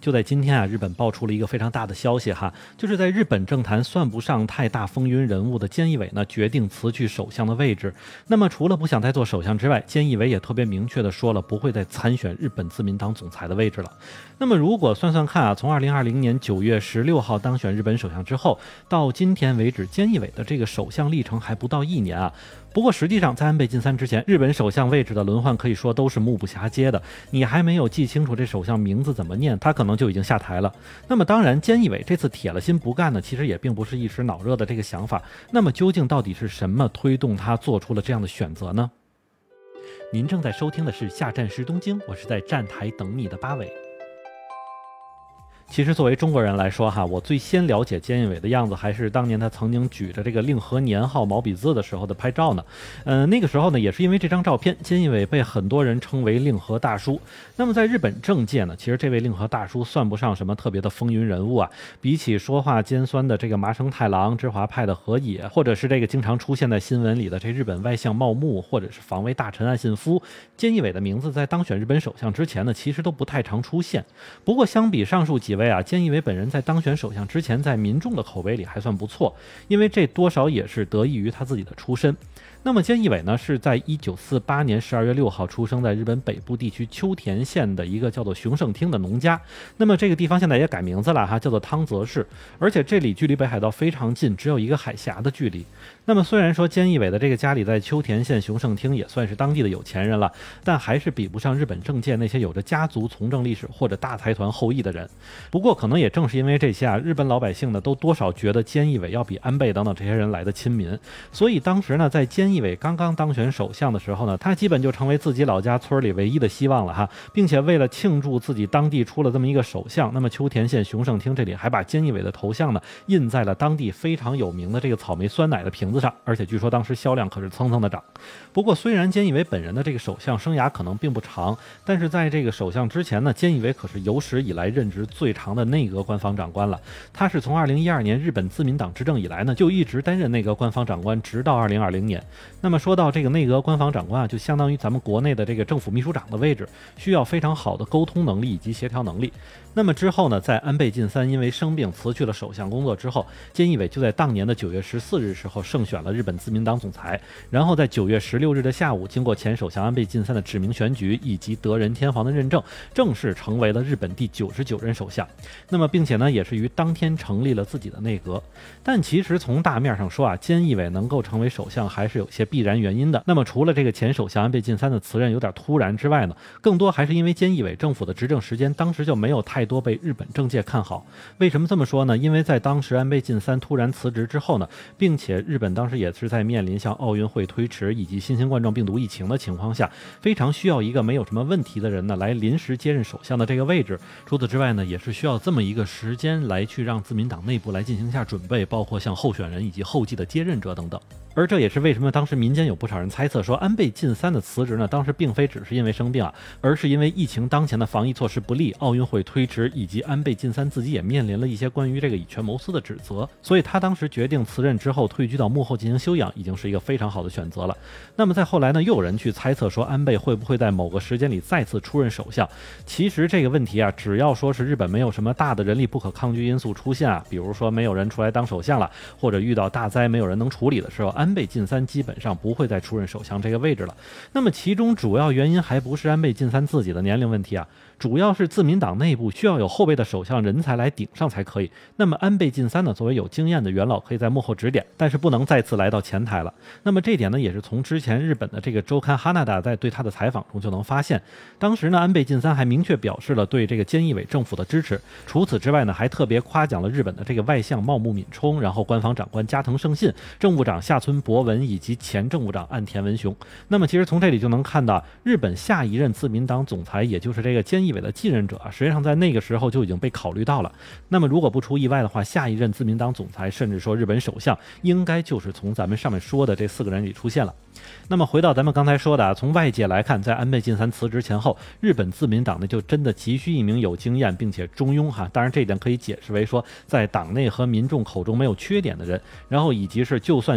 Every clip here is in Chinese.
就在今天啊，日本爆出了一个非常大的消息哈，就是在日本政坛算不上太大风云人物的菅义伟呢，决定辞去首相的位置。那么除了不想再做首相之外，菅义伟也特别明确的说了，不会再参选日本自民党总裁的位置了。那么如果算算看啊，从2020年9月16号当选日本首相之后，到今天为止，菅义伟的这个首相历程还不到1年啊。不过实际上，在安倍晋三之前，日本首相位置的轮换可以说都是目不暇接的。你还没有记清楚这首相名字怎么念，他可能就已经下台了。那么当然，菅义伟这次铁了心不干呢，其实也并不是一时脑热的这个想法。那么究竟到底是什么推动他做出了这样的选择呢？您正在收听的是下站是东京，我是在站台等你的八尾。其实作为中国人来说哈，我最先了解菅义伟的样子还是当年他曾经举着这个令和年号毛笔字的时候的拍照呢。那个时候呢，也是因为这张照片，菅义伟被很多人称为令和大叔。那么在日本政界呢，其实这位令和大叔算不上什么特别的风云人物啊。比起说话尖酸的这个麻生太郎、知华派的河野，或者是这个经常出现在新闻里的这日本外相茂木，或者是防卫大臣岸信夫，菅义伟的名字在当选日本首相之前呢，其实都不太常出现。不过相比上述几位啊，菅义伟本人在当选首相之前，在民众的口碑里还算不错，因为这多少也是得益于他自己的出身。那么菅义伟呢，是在1948年12月6号出生在日本北部地区秋田县的一个叫做熊胜町的农家。那么这个地方现在也改名字了哈，叫做汤泽市，而且这里距离北海道非常近，只有一个海峡的距离。那么虽然说菅义伟的这个家里在秋田县熊胜町也算是当地的有钱人了，但还是比不上日本政界那些有着家族从政历史或者大财团后裔的人。不过可能也正是因为这些啊，日本老百姓呢都多少觉得菅义伟要比安倍等等这些人来的亲民，所以当时呢，在菅义伟刚刚当选首相的时候呢，他基本就成为自己老家村里唯一的希望了哈，并且为了庆祝自己当地出了这么一个首相，那么秋田县熊胜町这里还把菅义伟的头像呢印在了当地非常有名的这个草莓酸奶的瓶子上，而且据说当时销量可是蹭蹭的涨。不过虽然菅义伟本人的这个首相生涯可能并不长，但是在这个首相之前呢，菅义伟可是有史以来任职最长的内阁官方长官了。他是从2012年日本自民党执政以来呢，就一直担任内阁官方长官，直到2020年。那么说到这个内阁官方长官啊，就相当于咱们国内的这个政府秘书长的位置，需要非常好的沟通能力以及协调能力。那么之后呢，在安倍晋三因为生病辞去了首相工作之后，菅义伟就在当年的9月14日时候胜选了日本自民党总裁，然后在9月16日的下午，经过前首相安倍晋三的指名选举以及德仁天皇的认证，正式成为了日本第99任首相。那么并且呢，也是于当天成立了自己的内阁。但其实从大面上说啊，菅义伟能够成为首相还是有些必然原因的。那么除了这个前首相安倍晋三的辞任有点突然之外呢，更多还是因为菅义伟政府的执政时间当时就没有太多被日本政界看好。为什么这么说呢？因为在当时安倍晋三突然辞职之后呢，并且日本当时也是在面临像奥运会推迟以及新型冠状病毒疫情的情况下，非常需要一个没有什么问题的人呢来临时接任首相的这个位置。除此之外呢，也是需要这么一个时间来去让自民党内部来进行一下准备，包括像候选人以及后继的接任者等等。而这也是为什么当时民间有不少人猜测说，安倍晋三的辞职呢，当时并非只是因为生病啊，而是因为疫情当前的防疫措施不利、奥运会推迟，以及安倍晋三自己也面临了一些关于这个以权谋私的指责，所以他当时决定辞任之后退居到幕后进行休养，已经是一个非常好的选择了。那么再后来呢，又有人去猜测说，安倍会不会在某个时间里再次出任首相？其实这个问题啊，只要说是日本没有什么大的人力不可抗拒因素出现啊，比如说没有人出来当首相了，或者遇到大灾没有人能处理的时候，安倍晋三基本上不会再出任首相这个位置了。那么其中主要原因还不是安倍晋三自己的年龄问题啊，主要是自民党内部需要有后备的首相人才来顶上才可以。那么安倍晋三呢，作为有经验的元老，可以在幕后指点，但是不能再次来到前台了。那么这点呢，也是从之前日本的这个周刊哈纳达在对他的采访中就能发现。当时呢，安倍晋三还明确表示了对这个菅义伟政府的支持。除此之外呢，还特别夸奖了日本的这个外相茂木敏充，然后官方长官加藤胜信、政务长下村博文以及前政务长岸田文雄。那么其实从这里就能看到，日本下一任自民党总裁，也就是这个菅义伟的继任者实际上在那个时候就已经被考虑到了。那么如果不出意外的话，下一任自民党总裁，甚至说日本首相，应该就是从咱们上面说的这4个人里出现了。那么回到咱们刚才说的啊，从外界来看，在安倍晋三辞职前后，日本自民党呢就真的急需一名有经验并且中庸哈，当然这一点可以解释为说，在党内和民众口中没有缺点的人，然后以及是就算下了台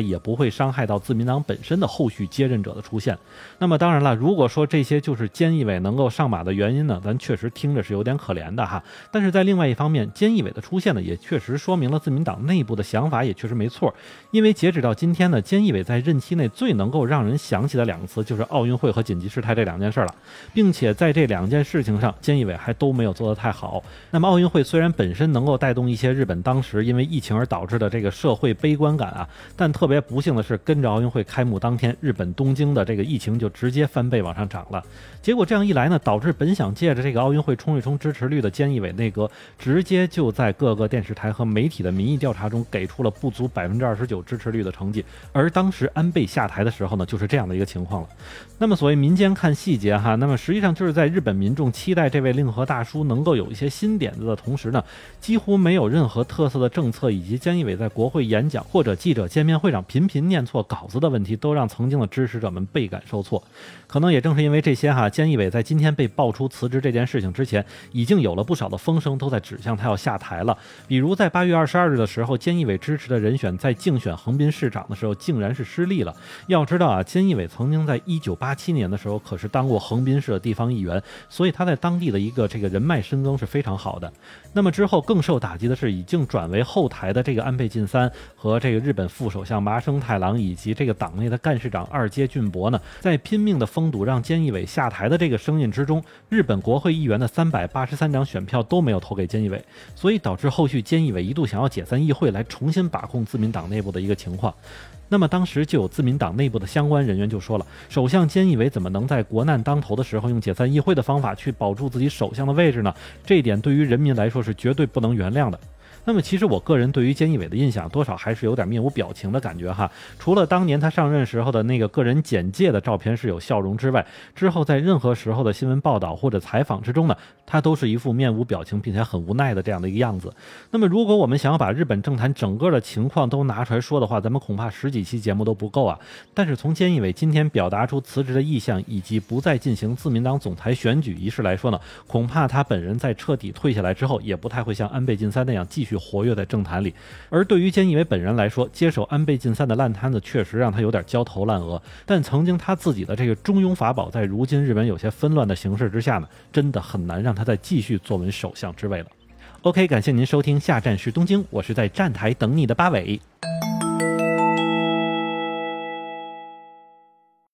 也不会伤害到自民党本身的后续接任者的出现。那么当然了，如果说这些就是菅义伟能够上马的原因呢，咱确实听着是有点可怜的哈。但是在另外一方面，菅义伟的出现呢，也确实说明了自民党内部的想法也确实没错。因为截止到今天呢，菅义伟在任期内最能够让人想起的2个词就是奥运会和紧急事态这2件事了，并且在这2件事情上，菅义伟还都没有做得太好。那么奥运会虽然本身能够带动一些日本当时因为疫情而导致的这个社会悲观感啊，但特别不幸的是，跟着奥运会开幕当天，日本东京的这个疫情就直接翻倍往上涨了。结果这样一来呢，导致本想借着这个奥运会冲一冲支持率的菅义伟内阁，直接就在各个电视台和媒体的民意调查中给出了不足29%支持率的成绩。而当时安倍下台的时候呢，就是这样的一个情况了。那么所谓民间看细节哈，那么实际上就是在日本民众期待这位令和大叔能够有一些新点子的同时呢，几乎没有任何特色的政策，以及菅义伟在国会演讲或者记者见面会上频频念错稿子的问题，都让曾经的支持者们倍感受挫。可能也正是因为这些哈，菅义伟在今天被爆出辞职这件事情之前，已经有了不少的风声都在指向他要下台了。比如在8月22日的时候，菅义伟支持的人选在竞选横滨市长的时候竟然是失利了。要知道啊，菅义伟曾经在1987年的时候可是当过横滨市的地方议员，所以他在当地的一个这个人脉深耕是非常好的。那么之后更受打击的是，已经转为后台的这个安倍晋三和这个日本副首相麻生太郎以及这个党内的干事长二阶俊博呢，在拼命的封堵让菅义伟下台的这个声音之中，日本国会议员的383张选票都没有投给菅义伟，所以导致后续菅义伟一度想要解散议会来重新把控自民党内部的一个情况。那么当时就有自民党内部的相关人员就说了，首相菅义伟怎么能在国难当头的时候用解散议会的方法去保住自己首相的位置呢？这一点对于人民来说是绝对不能原谅的。那么其实我个人对于菅义伟的印象多少还是有点面无表情的感觉哈，除了当年他上任时候的那个个人简介的照片是有笑容之外，之后在任何时候的新闻报道或者采访之中呢，他都是一副面无表情并且很无奈的这样的一个样子。那么如果我们想要把日本政坛整个的情况都拿出来说的话，咱们恐怕10几期节目都不够啊。但是从菅义伟今天表达出辞职的意向以及不再进行自民党总裁选举仪式来说呢，恐怕他本人在彻底退下来之后也不太会像安倍晋三那样继续活跃在政坛里。而对于菅义伟本人来说，接手安倍晋三的烂摊子确实让他有点焦头烂额，但曾经他自己的这个中庸法宝，在如今日本有些纷乱的形势之下呢，真的很难让他再继续坐稳首相之位了。OK， 感谢您收听下站是东京，我是在站台等你的八尾。